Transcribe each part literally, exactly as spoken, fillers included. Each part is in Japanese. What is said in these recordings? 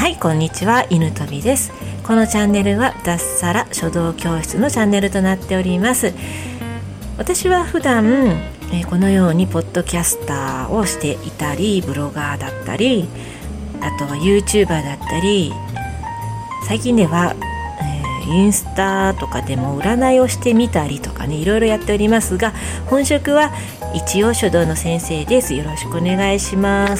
はい、こんにちは、犬飛びです。このチャンネルは脱サラ書道教室のチャンネルとなっております。私は普段、えー、このようにポッドキャスターをしていたり、ブロガーだったり、あとは YouTuber だったり、最近では、えー、インスタとかでも占いをしてみたりとかね、いろいろやっておりますが、本職は一応書道の先生です。よろしくお願いします。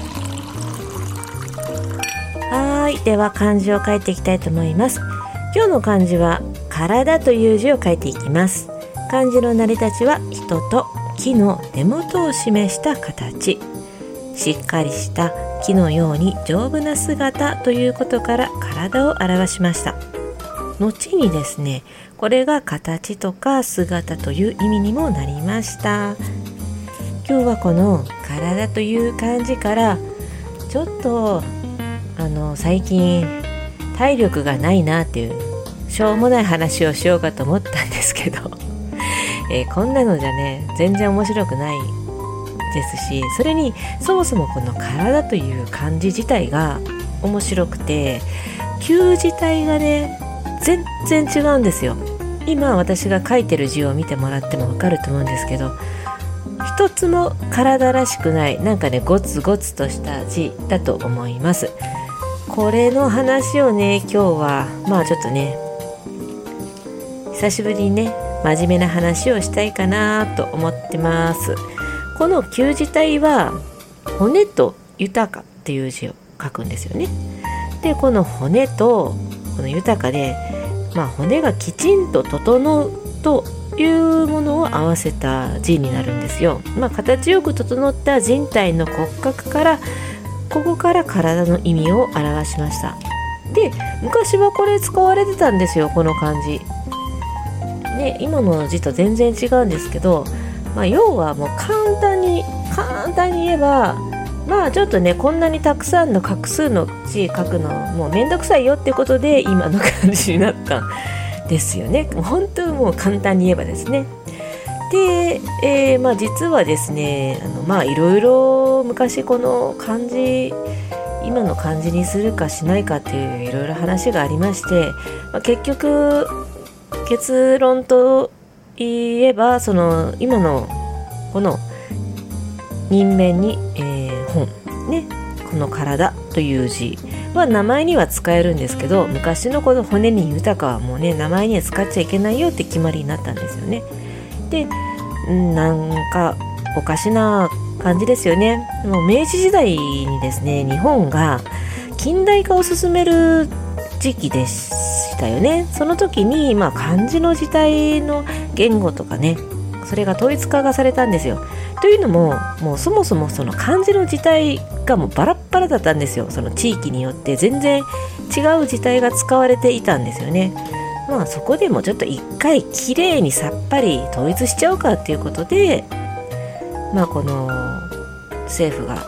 はい、では漢字を書いていきたいと思います。今日の漢字は体という字を書いていきます。漢字の成り立ちは人と木の根元を示した形、しっかりした木のように丈夫な姿ということから体を表しました。後にですね、これが形とか姿という意味にもなりました。今日はこの体という漢字からちょっとあの最近体力がないなっていうしょうもない話をしようかと思ったんですけど、えー、こんなのじゃね全然面白くないですし、それにそもそもこの体という漢字自体が面白くて、球自体がね全然違うんですよ。今私が書いてる字を見てもらっても分かると思うんですけど、一つも体らしくない、なんかねゴツゴツとした字だと思います。これの話をね今日はまあちょっとね久しぶりにね真面目な話をしたいかなと思ってます。この球自体は骨と豊かっていう字を書くんですよね。でこの骨とこの豊かで、まあ、骨がきちんと整うというものを合わせた字になるんですよ。まあ、形よく整った人体の骨格からここから体の意味を表しました。で昔はこれ使われてたんですよ、この漢字ね。今の字と全然違うんですけど、まあ、要はもう簡単に簡単に言えば、まあちょっとねこんなにたくさんの画数の字書くのもうめんどくさいよってことで今の漢字になったんですよね。もう本当にもう簡単に言えばですね。で、えーまあ、実はですね、あのまあいろいろ昔この漢字今の漢字にするかしないかっていういろいろ話がありまして、まあ、結局結論と言えばその今のこの人面に、えー、本ね、この体という字は名前には使えるんですけど、昔のこの骨に豊かはもうね名前には使っちゃいけないよって決まりになったんですよね。でなんかおかしな感じですよね。もう明治時代にですね日本が近代化を進める時期でしたよね。その時に、まあ、漢字の時代の言語とかねそれが統一化がされたんですよ。というのももうそもそもその漢字の字体がもうバラッバラだったんですよ。その地域によって全然違う字体が使われていたんですよね。まあそこでもちょっと一回きれいにさっぱり統一しちゃおうかっていうことで、まあこの政府が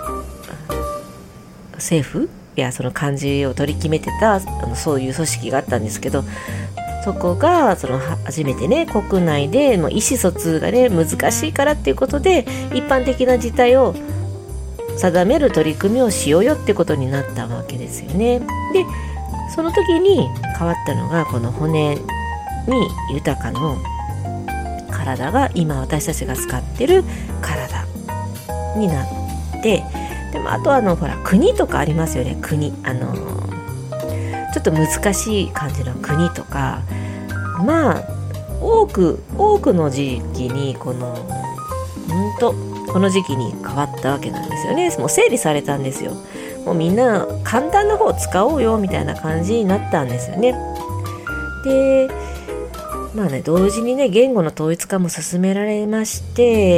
政府いやその漢字を取り決めてたあのそういう組織があったんですけど、そこがその初めてね国内でもう意思疎通がね難しいからっていうことで一般的な字体を定める取り組みをしようよってことになったわけですよね。でその時に変わったのがこの骨に豊かの体が今私たちが使ってる体になって、でもあとあのほら国とかありますよね。国あのちょっと難しい感じの国とか、まあ多く多くの時期にこのほんとこの時期に変わったわけなんですよね。もう整理されたんですよ。もうみんな簡単な方を使おうよみたいな感じになったんですよね。でまあね同時にね言語の統一化も進められまして、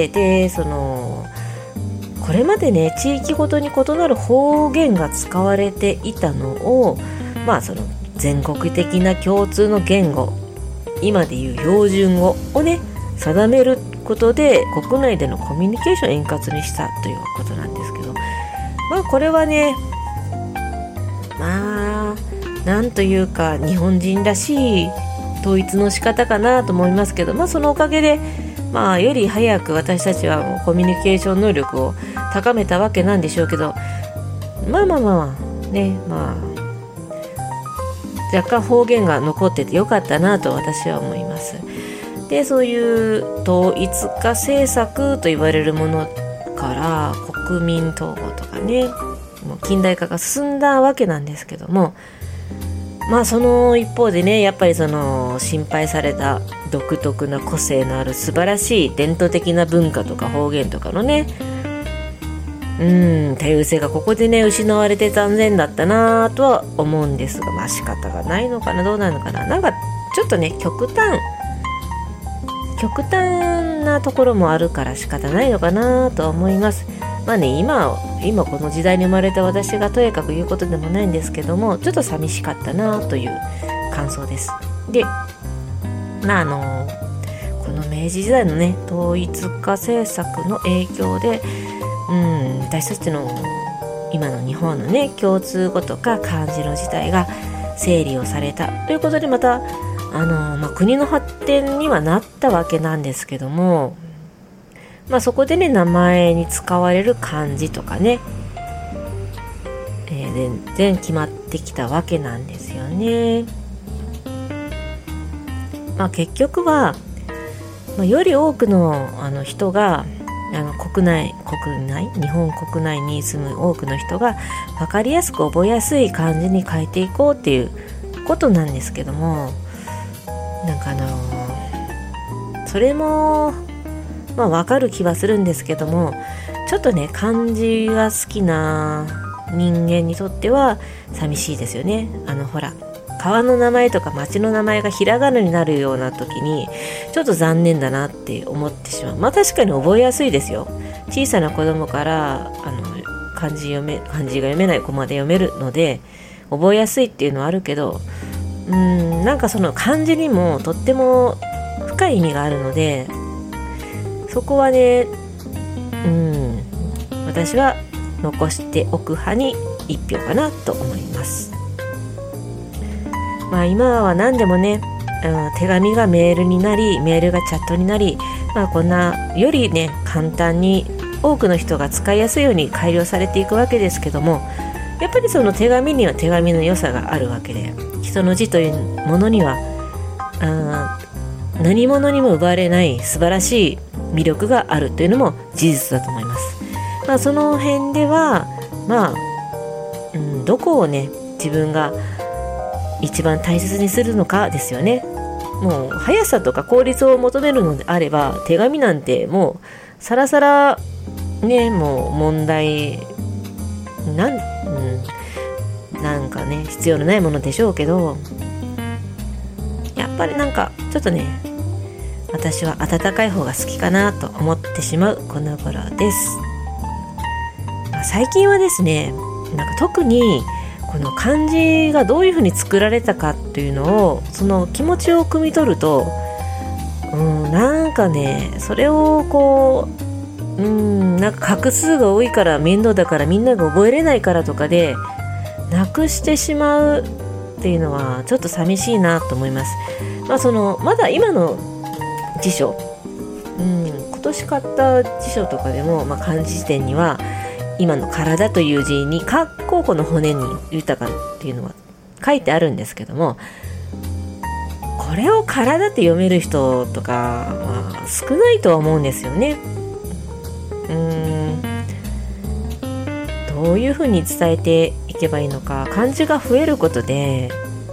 でそのこれまでね地域ごとに異なる方言が使われていたのを、まあその全国的な共通の言語、今でいう標準語をね定めることで国内でのコミュニケーションを円滑にしたということなんですけど、まあこれはねまあなんというか日本人らしい統一の仕方かなと思いますけど、まあそのおかげでまあより早く私たちはもうコミュニケーション能力を高めたわけなんでしょうけど、まあまあまあね、まあ若干方言が残っててよかったなと私は思います。で、そういう統一化政策と言われるものから国民統合とかね、もう近代化が進んだわけなんですけども、まあその一方でね、やっぱりその心配された独特な個性のある素晴らしい伝統的な文化とか方言とかのね、うん多様性がここでね失われて残念だったなとは思うんですが、まあ仕方がないのかな、どうなのかな。なんかちょっとね極端極端なところもあるから仕方ないのかなとは思います。まあね、今今この時代に生まれた私がとやかく言うことでもないんですけども、ちょっと寂しかったなという感想です。で、まああのこの明治時代のね統一化政策の影響で、うん私たちの今の日本のね共通語とか漢字の自体が整理をされたということで、またあの、まあ、国の発展にはなったわけなんですけども、まあ、そこでね名前に使われる漢字とかね、えー、全然決まってきたわけなんですよね。まあ、結局は、まあ、より多くの、あの人があの国内国内日本国内に住む多くの人が分かりやすく覚えやすい漢字に変えていこうっていうことなんですけども、なんかあのー、それもまあ分かる気はするんですけども、ちょっとね漢字が好きな人間にとっては寂しいですよね。あのほら川の名前とか町の名前がひらがなになるような時にちょっと残念だなって思ってしまう。まあ確かに覚えやすいですよ。小さな子供からあの漢字読め漢字が読めない子まで読めるので覚えやすいっていうのはあるけど、うーんなんかその漢字にもとっても深い意味があるので、そこはね、うん私は残しておく派に一票かなと思います。まあ、今は何でもね、うん、手紙がメールになり、メールがチャットになり、まあ、こんなよりね簡単に多くの人が使いやすいように改良されていくわけですけども、やっぱりその手紙には手紙の良さがあるわけで、人の字というものにはあ何者にも奪われない素晴らしい魅力があるというのも事実だと思います。まあ、その辺では、まあうん、どこをね自分が一番大切にするのかですよね。もう速さとか効率を求めるのであれば手紙なんてもうさらさらねもう問題なん、うん、なんかね必要のないものでしょうけど、やっぱりなんかちょっとね私は温かい方が好きかなと思ってしまうこの頃です。まあ、最近はですねなんか特にこの漢字がどういうふうに作られたかっていうのをその気持ちを汲み取ると、うん、なんかねそれをこう、うん、なんか画数が多いから面倒だからみんなが覚えれないからとかでなくしてしまうっていうのはちょっと寂しいなと思います。まあ、そのまだ今の辞書、うん、今年買った辞書とかでも、まあ、漢字辞典には今の体という字にかっここの骨に豊かっていうのは書いてあるんですけども、これを体って読める人とか、まあ、少ないとは思うんですよね。うーんどういうふうに伝えていけばいいのか。漢字が増えることで、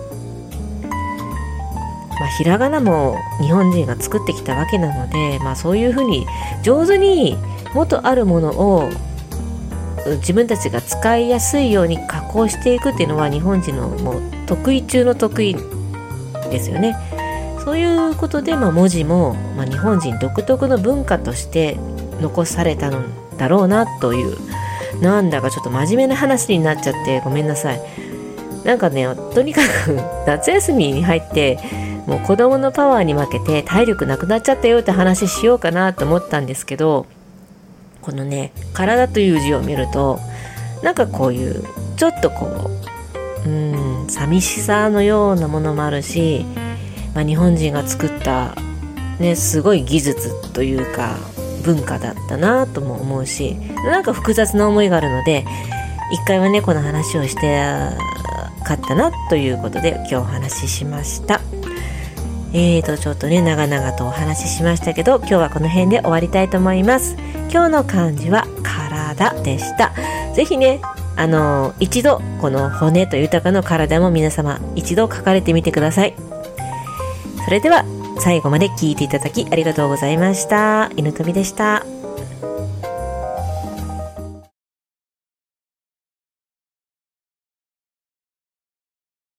まあ、ひらがなも日本人が作ってきたわけなので、まあ、そういうふうに上手に元あるものを自分たちが使いやすいように加工していくっていうのは日本人のもう得意中の得意ですよね。そういうことで、まあ、文字も、まあ、日本人独特の文化として残されたのだろうなという、なんだかちょっと真面目な話になっちゃってごめんなさい。なんかねとにかく夏休みに入ってもう子供のパワーに負けて体力なくなっちゃったよって話しようかなと思ったんですけど、このね体という字を見るとなんかこういうちょっとこう、うーん寂しさのようなものもあるし、まあ、日本人が作ったねすごい技術というか文化だったなとも思うし、なんか複雑な思いがあるので、 一回はねこの話をしてかったなということで今日お話ししました。えーとちょっとね長々とお話ししましたけど、今日はこの辺で終わりたいと思います。今日の漢字は体でした。ぜひねあの一度この骨と豊かの体も皆様一度書かれてみてください。それでは最後まで聞いていただきありがとうございました。犬飛でした。